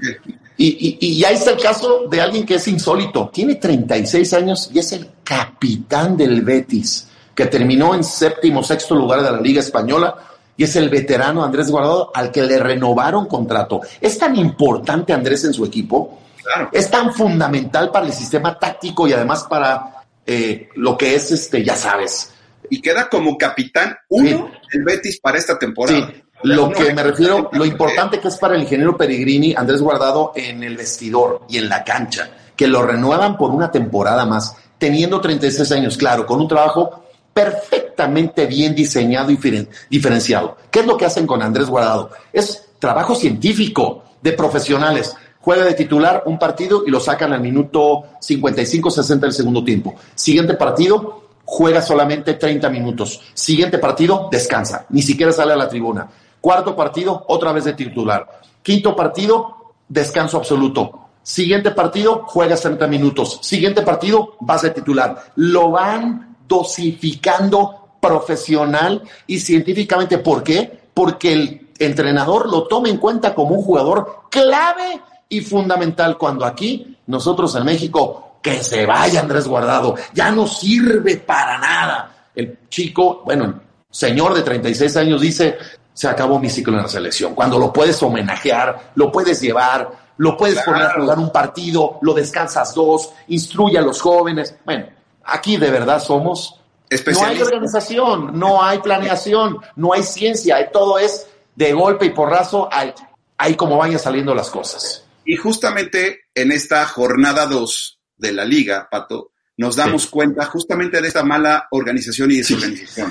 Y ahí está el caso de alguien que es insólito. Tiene 36 años y es el capitán del Betis, que terminó en 7º, 6º lugar de la Liga Española, y es el veterano Andrés Guardado, al que le renovaron contrato. Es tan importante Andrés en su equipo, claro. Es tan fundamental para el sistema táctico y además para lo que es, ya sabes. Y queda como capitán uno del Betis para esta temporada. Sí. Lo que me refiero, lo importante que es para el ingeniero Pellegrini, Andrés Guardado, en el vestidor y en la cancha, que lo renuevan por una temporada más, teniendo 36 años, claro, con un trabajo perfectamente bien diseñado y diferenciado. ¿Qué es lo que hacen con Andrés Guardado? Es trabajo científico de profesionales. Juega de titular un partido y lo sacan al minuto 55-60 del segundo tiempo. Siguiente partido, juega solamente 30 minutos. Siguiente partido, descansa. Ni siquiera sale a la tribuna. Cuarto partido, otra vez de titular. Quinto partido, descanso absoluto. Siguiente partido, juegas 30 minutos. Siguiente partido, vas de titular. Lo van dosificando profesional y científicamente. ¿Por qué? Porque el entrenador lo toma en cuenta como un jugador clave y fundamental, cuando aquí, nosotros en México, que se vaya Andrés Guardado, ya no sirve para nada. El chico, bueno, señor de 36 años dice, se acabó mi ciclo en la selección. Cuando lo puedes homenajear, lo puedes llevar, lo puedes poner a jugar un partido, lo descansas 2, instruye a los jóvenes. Bueno, aquí de verdad somos... No hay organización, no hay planeación, no hay ciencia, todo es de golpe y porrazo, ahí como vayan saliendo las cosas. Y justamente en esta jornada 2 de la Liga, Pato, nos damos cuenta justamente de esta mala organización y desorganización.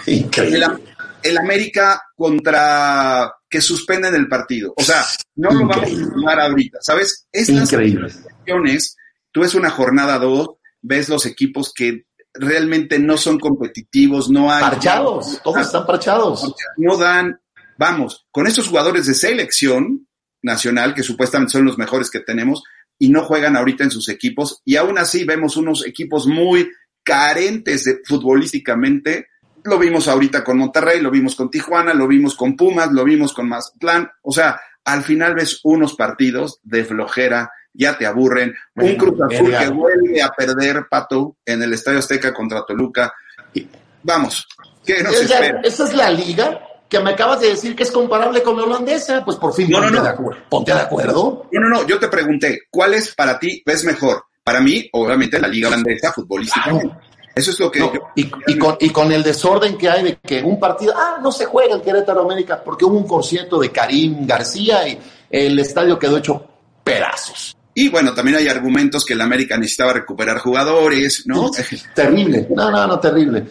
El América contra que suspenden el partido. O sea, no lo vamos a jugar ahorita, ¿sabes? Estas situaciones, tú ves una jornada 2, ves los equipos que realmente no son competitivos, no hay... Parchados, todos están parchados. No dan, vamos, con estos jugadores de selección nacional, que supuestamente son los mejores que tenemos, y no juegan ahorita en sus equipos, y aún así vemos unos equipos muy carentes futbolísticamente. Lo vimos ahorita con Monterrey, lo vimos con Tijuana, lo vimos con Pumas, lo vimos con Mazatlán. O sea, al final ves unos partidos de flojera, ya te aburren. Un Cruz Azul que vuelve a perder, Pato, en el Estadio Azteca contra Toluca. Vamos, ¿qué nos espera? Esa es la liga que me acabas de decir que es comparable con la holandesa. Pues por fin, ponte de acuerdo. No, yo te pregunté, ¿cuál es para ti, ves mejor? Para mí, obviamente, la liga holandesa futbolísticamente. Eso es lo que... Y con el desorden que hay de que un partido... no se juega el Querétaro América porque hubo un concierto de Karim García y el estadio quedó hecho pedazos. Y bueno, también hay argumentos que el América necesitaba recuperar jugadores, ¿no? Terrible, no, terrible.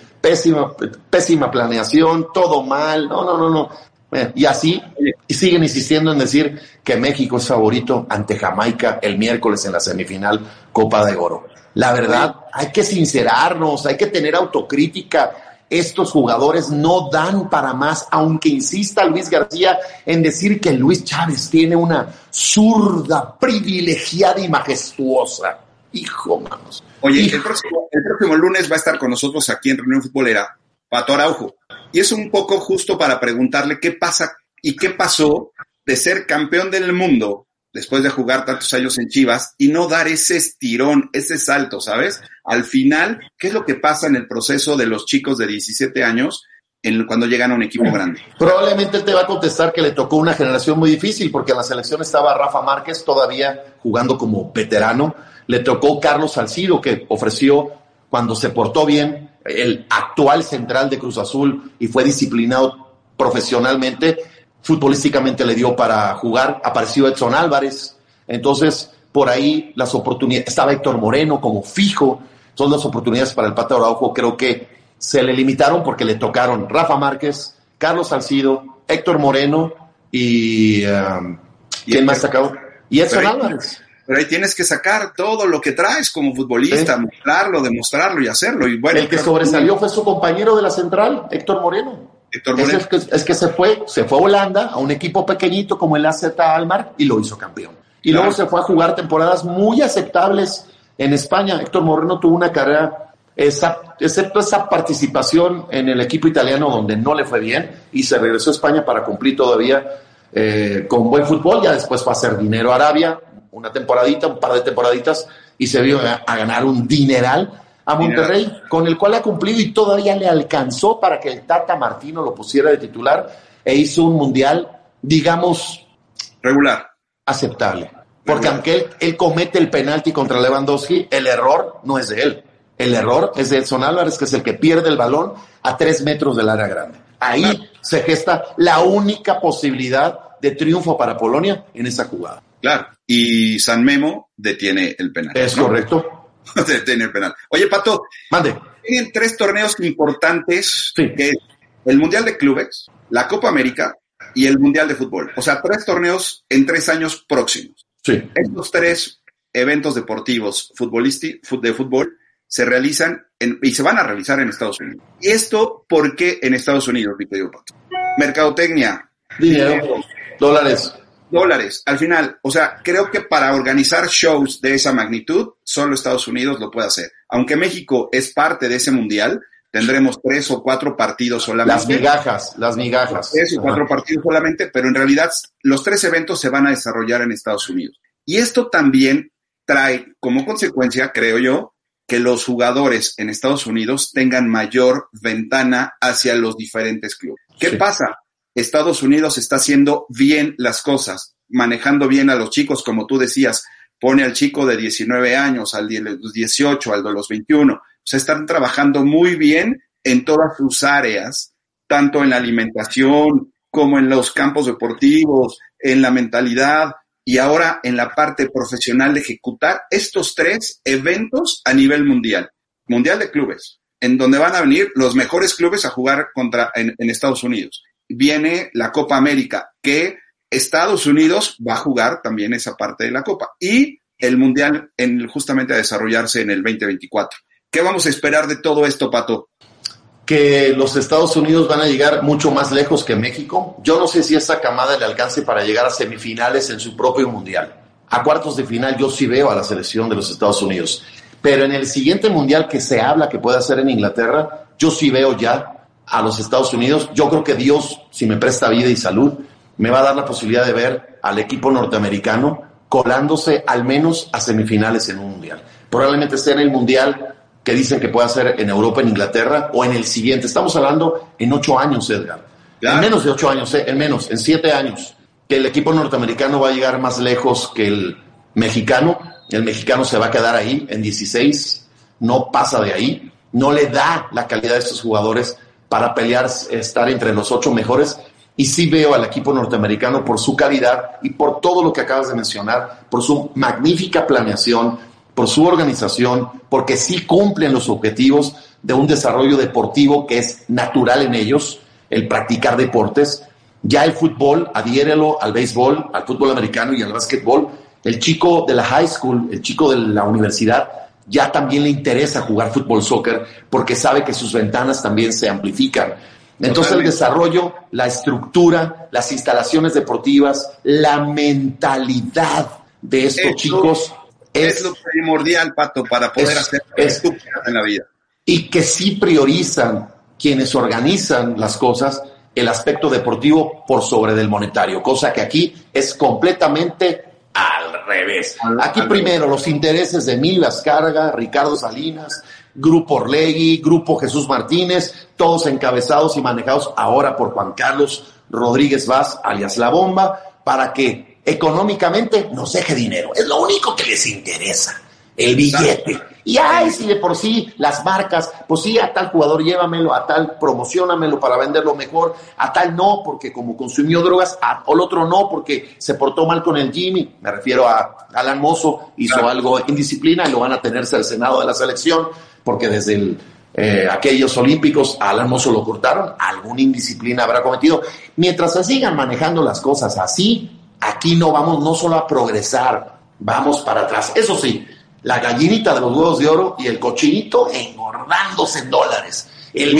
Pésima planeación, todo mal, no. Y así, y siguen insistiendo en decir que México es favorito ante Jamaica el miércoles en la semifinal Copa de Oro. La verdad, hay que sincerarnos, hay que tener autocrítica. Estos jugadores no dan para más, aunque insista Luis García en decir que Luis Chávez tiene una zurda privilegiada y majestuosa. Hijo, manos. Oye, el próximo lunes va a estar con nosotros aquí en Reunión Futbolera Pato Araujo. Y es un poco justo para preguntarle qué pasa y qué pasó de ser campeón del mundo después de jugar tantos años en Chivas y no dar ese estirón, ese salto, ¿sabes? Al final, ¿qué es lo que pasa en el proceso de los chicos de 17 años cuando llegan a un equipo grande? Probablemente él te va a contestar que le tocó una generación muy difícil, porque en la selección estaba Rafa Márquez todavía jugando como veterano, le tocó Carlos Salcido, que ofreció, cuando se portó bien, el actual central de Cruz Azul y fue disciplinado profesionalmente, futbolísticamente le dio para jugar, apareció Edson Álvarez, entonces por ahí las oportunidades, estaba Héctor Moreno como fijo, son las oportunidades para el Pato Araujo, creo que se le limitaron porque le tocaron Rafa Márquez, Carlos Salcido, Héctor Moreno y ¿quién más sacó? Y Edson Álvarez. Pero ahí tienes que sacar todo lo que traes como futbolista, mostrarlo, demostrarlo y hacerlo. Y bueno, el que sobresalió fue su compañero de la central, Héctor Moreno. Es que se fue a Holanda, a un equipo pequeñito como el AZ Alkmaar, y lo hizo campeón. Y luego se fue a jugar temporadas muy aceptables en España. Héctor Moreno tuvo una carrera, excepto esa participación en el equipo italiano donde no le fue bien, y se regresó a España para cumplir todavía con buen fútbol. Ya después fue a hacer dinero a Arabia, un par de temporaditas, y se vio a ganar un dineral a Monterrey, con el cual ha cumplido y todavía le alcanzó para que el Tata Martino lo pusiera de titular e hizo un mundial, digamos, regular, aceptable. Porque aunque él comete el penalti contra Lewandowski, el error no es de él. El error es de Edson Álvarez, que es el que pierde el balón a 3 metros del área grande. Ahí se gesta la única posibilidad de triunfo para Polonia en esa jugada. Claro, y San Memo detiene el penal. Es correcto. Detiene el penal. Oye, Pato, mande. Tienen 3 torneos importantes, sí, que es el Mundial de Clubes, la Copa América y el Mundial de Fútbol. O sea, 3 torneos en 3 años próximos. Sí. Estos 3 eventos deportivos de fútbol se realizan y se van a realizar en Estados Unidos. ¿Y esto por qué en Estados Unidos, mi querido Pato? Mercadotecnia. Dinero. Dólares. Al final, o sea, creo que para organizar shows de esa magnitud, solo Estados Unidos lo puede hacer. Aunque México es parte de ese mundial, tendremos 3 o 4 partidos solamente. Las migajas. 3 o 4 partidos solamente, pero en realidad los 3 eventos se van a desarrollar en Estados Unidos. Y esto también trae como consecuencia, creo yo, que los jugadores en Estados Unidos tengan mayor ventana hacia los diferentes clubes. ¿Qué pasa? Estados Unidos está haciendo bien las cosas, manejando bien a los chicos, como tú decías, pone al chico de 19 años, al de los 18, al de los 21. O sea, están trabajando muy bien en todas sus áreas, tanto en la alimentación como en los campos deportivos, en la mentalidad y ahora en la parte profesional de ejecutar estos 3 eventos a nivel mundial. Mundial de clubes, en donde van a venir los mejores clubes a jugar en Estados Unidos. Viene la Copa América, que Estados Unidos va a jugar también esa parte de la Copa. Y el Mundial justamente a desarrollarse en el 2024. ¿Qué vamos a esperar de todo esto, Pato? Que los Estados Unidos van a llegar mucho más lejos que México. Yo no sé si esa camada le alcance para llegar a semifinales en su propio Mundial. A cuartos de final yo sí veo a la selección de los Estados Unidos. Pero en el siguiente Mundial que se habla que puede hacer en Inglaterra, yo sí veo ya a los Estados Unidos. Yo creo que Dios, si me presta vida y salud, me va a dar la posibilidad de ver al equipo norteamericano colándose al menos a semifinales en un mundial. Probablemente sea en el mundial que dicen que puede hacer en Europa, en Inglaterra, o en el siguiente. Estamos hablando en 8 años, Edgar. En menos de 8 años, en 7 años, que el equipo norteamericano va a llegar más lejos que el mexicano. El mexicano se va a quedar ahí en 16, no pasa de ahí, no le da la calidad de estos jugadores para pelear, estar entre los 8 mejores, y sí veo al equipo norteamericano por su calidad y por todo lo que acabas de mencionar, por su magnífica planeación, por su organización, porque sí cumplen los objetivos de un desarrollo deportivo que es natural en ellos, el practicar deportes. Ya el fútbol, adhiérelo al béisbol, al fútbol americano y al básquetbol. El chico de la high school, el chico de la universidad, ya también le interesa jugar fútbol, soccer, porque sabe que sus ventanas también se amplifican. Entonces el desarrollo, la estructura, las instalaciones deportivas, la mentalidad de estos chicos es lo primordial, Pato, para poder hacer estúpidas en la vida. Y que sí priorizan quienes organizan las cosas el aspecto deportivo por sobre del monetario, cosa que aquí es completamente al revés. Aquí primero los intereses de Emil Azcárraga, Ricardo Salinas, Grupo Orlegui, Grupo Jesús Martínez, todos encabezados y manejados ahora por Juan Carlos Rodríguez Vaz, alias La Bomba, para que económicamente nos deje dinero. Es lo único que les interesa. el billete. Y ay, si de por sí las marcas, pues sí, a tal jugador llévamelo, a tal promociónamelo para venderlo mejor, a tal no, porque como consumió drogas, al otro no, porque se portó mal con el Jimmy. Me refiero a Alan Mozo, hizo algo indisciplina y lo van a tenerse al Senado de la selección, porque desde aquellos olímpicos a Alan Mozo lo cortaron, alguna indisciplina habrá cometido. Mientras se sigan manejando las cosas así, aquí no vamos no solo a progresar, vamos para atrás. Eso sí, la gallinita de los huevos de oro y el cochinito engordándose en dólares. El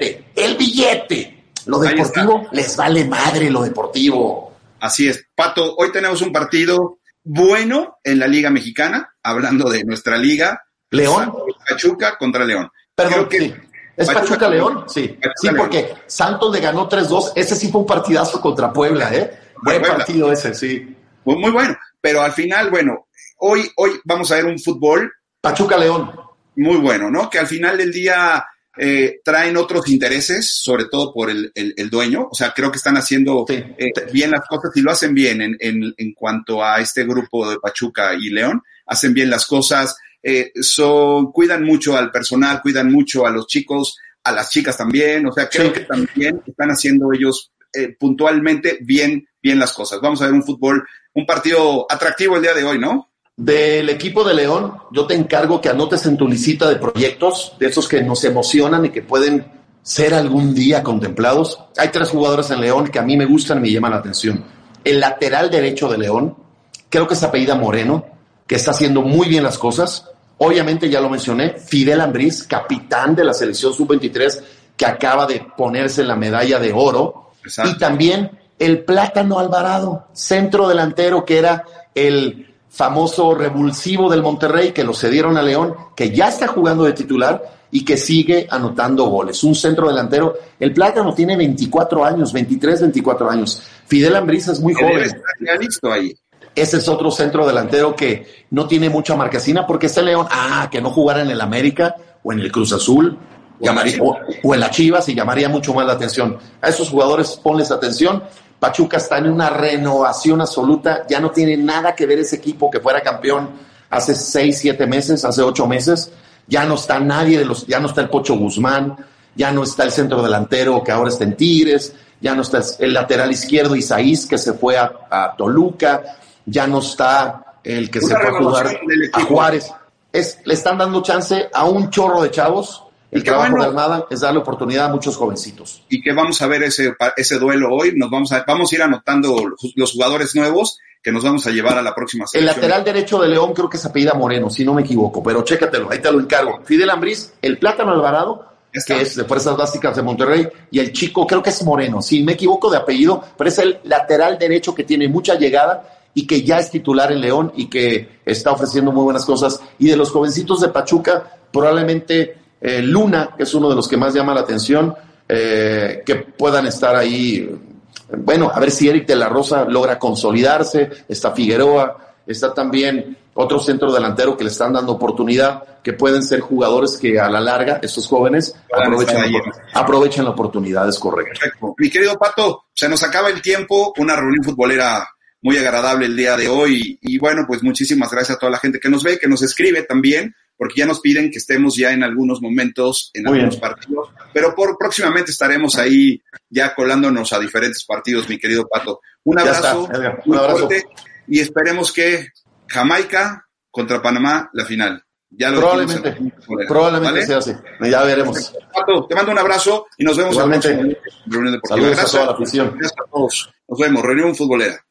billete. Lo deportivo les vale madre lo deportivo. Así es. Pato, hoy tenemos un partido bueno en la Liga Mexicana, hablando de nuestra liga. León. Pachuca contra León. Perdón, sí. ¿Es Pachuca-León? Sí. Sí, porque Santos le ganó 3-2. Ese sí fue un partidazo contra Puebla, Buen partido ese, sí. Muy bueno. Pero al final, bueno, Hoy vamos a ver un fútbol Pachuca-León muy bueno, ¿no? Que al final del día traen otros intereses, sobre todo por el dueño. O sea, creo que están haciendo bien las cosas y lo hacen bien en cuanto a este grupo de Pachuca y León. Hacen bien las cosas, cuidan mucho al personal, cuidan mucho a los chicos, a las chicas también. O sea, creo que también están haciendo ellos puntualmente bien las cosas. Vamos a ver un partido atractivo el día de hoy, ¿no? Del equipo de León, yo te encargo que anotes en tu lista de proyectos, de esos que nos emocionan y que pueden ser algún día contemplados. Hay 3 jugadores en León que a mí me gustan y me llaman la atención. El lateral derecho de León, creo que se apellida Moreno, que está haciendo muy bien las cosas. Obviamente, ya lo mencioné, Fidel Ambriz, capitán de la selección sub-23, que acaba de ponerse la medalla de oro. Exacto. Y también el Plátano Alvarado, centro delantero, que era el famoso revulsivo del Monterrey, que lo cedieron a León, que ya está jugando de titular y que sigue anotando goles. Un centro delantero. El Plátano tiene 24 años, 23, 24 años. Fidel Ambriz es muy joven. Ya listo ahí. Ese es otro centro delantero que no tiene mucha marquesina porque está León. Que no jugara en el América o en el Cruz Azul o en la Chivas y llamaría mucho más la atención. A esos jugadores ponles atención. Pachuca está en una renovación absoluta, ya no tiene nada que ver ese equipo que fuera campeón hace 6, 7 meses, hace 8 meses, ya no está nadie ya no está el Pocho Guzmán, ya no está el centro delantero que ahora está en Tigres, ya no está el lateral izquierdo Isaías que se fue a Toluca, ya no está el que se fue a jugar a Juárez. Le están dando chance a un chorro de chavos. El trabajo de Almada es darle oportunidad a muchos jovencitos. Y que vamos a ver ese duelo hoy. Vamos a ir anotando los jugadores nuevos que nos vamos a llevar a la próxima selección. El lateral derecho de León creo que se apellida Moreno, si no me equivoco, pero chécatelo, ahí te lo encargo. Fidel Ambriz, el Plátano Alvarado, que es de Fuerzas Básicas de Monterrey, y el chico creo que es Moreno, si me equivoco de apellido, pero es el lateral derecho que tiene mucha llegada y que ya es titular en León y que está ofreciendo muy buenas cosas. Y de los jovencitos de Pachuca, probablemente Luna, que es uno de los que más llama la atención, que puedan estar ahí. Bueno, a ver si Eric de la Rosa logra consolidarse. Está Figueroa, está también otro centro delantero que le están dando oportunidad, que pueden ser jugadores que a la larga, estos jóvenes, aprovechen la oportunidad, es correcto. Perfecto. Mi querido Pato, se nos acaba el tiempo, una reunión futbolera muy agradable el día de hoy, y bueno, pues muchísimas gracias a toda la gente que nos ve, que nos escribe también, porque ya nos piden que estemos ya en algunos momentos, en algunos partidos, pero próximamente estaremos ahí ya colándonos a diferentes partidos, mi querido Pato. Un abrazo, un abrazo. Fuerte, y esperemos que Jamaica contra Panamá, la final. Ya lo probablemente sea así. Ya veremos. Pato, te mando un abrazo y nos vemos igualmente en la reunión deportiva. Saludos a toda la afición. Gracias a todos. Nos vemos. Reunión futbolera.